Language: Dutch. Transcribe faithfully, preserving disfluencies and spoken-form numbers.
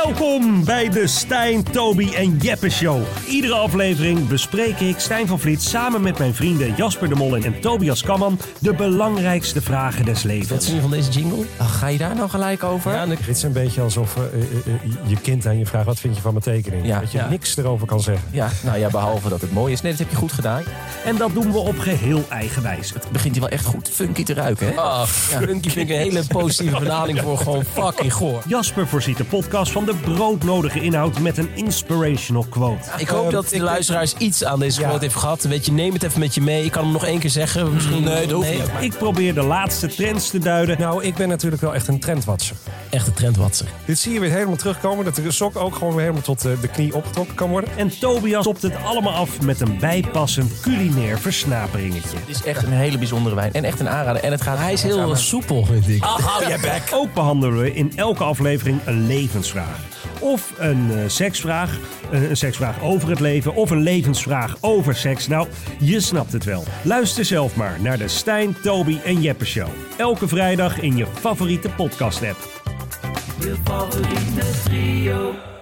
Welkom bij de Stijn, Toby en Jeppe Show. Iedere aflevering bespreek ik, Stijn van Vliet, samen met mijn vrienden Jasper de Molen en Tobias Kamman de belangrijkste vragen des levens. Wat vind je van deze jingle? Ach, ga je daar nou gelijk over? Ja, dit is een beetje alsof uh, uh, uh, je kind aan je vraagt, wat vind je van mijn tekening? Ja, dat je ja. niks erover kan zeggen. Ja, nou ja, behalve dat het mooi is. Nee, dat heb je goed gedaan. En dat doen we op geheel eigen wijze. Het begint hier wel echt goed funky te ruiken, hè? Ah, funky vind ik een hele positieve benadering voor gewoon fucking goor. Jasper voorziet de podcast van de broodnodige inhoud met een inspirational quote. Ik hoop Uh, dat de ik- luisteraars iets aan deze Ja. quote heeft gehad. Weet je, neem het even met je mee. Ik kan hem nog één keer zeggen. Misschien, Nee, dat hoeft niet. Ik probeer de laatste trends te duiden. Nou, ik ben natuurlijk wel echt een trendwatser. Echte trendwatser. Dit zie je weer helemaal terugkomen, dat de sok ook gewoon weer helemaal tot uh, de knie opgetrokken kan worden. En Tobias topt het allemaal af met een bijpassend culinair versnaperingetje. Het is echt een hele bijzondere wijn. En echt een aanrader. En het gaat... Hij is heel soepel, vind ik. Ach, hou je bek. Ook behandelen we in elke aflevering een levensvraag. Of een uh, seksvraag, uh, een seksvraag over het leven, of een levensvraag over seks. Nou, je snapt het wel. Luister zelf maar naar de Stijn, Toby en Jeppe Show. Elke vrijdag in je favoriete podcast-app. Je favoriete trio.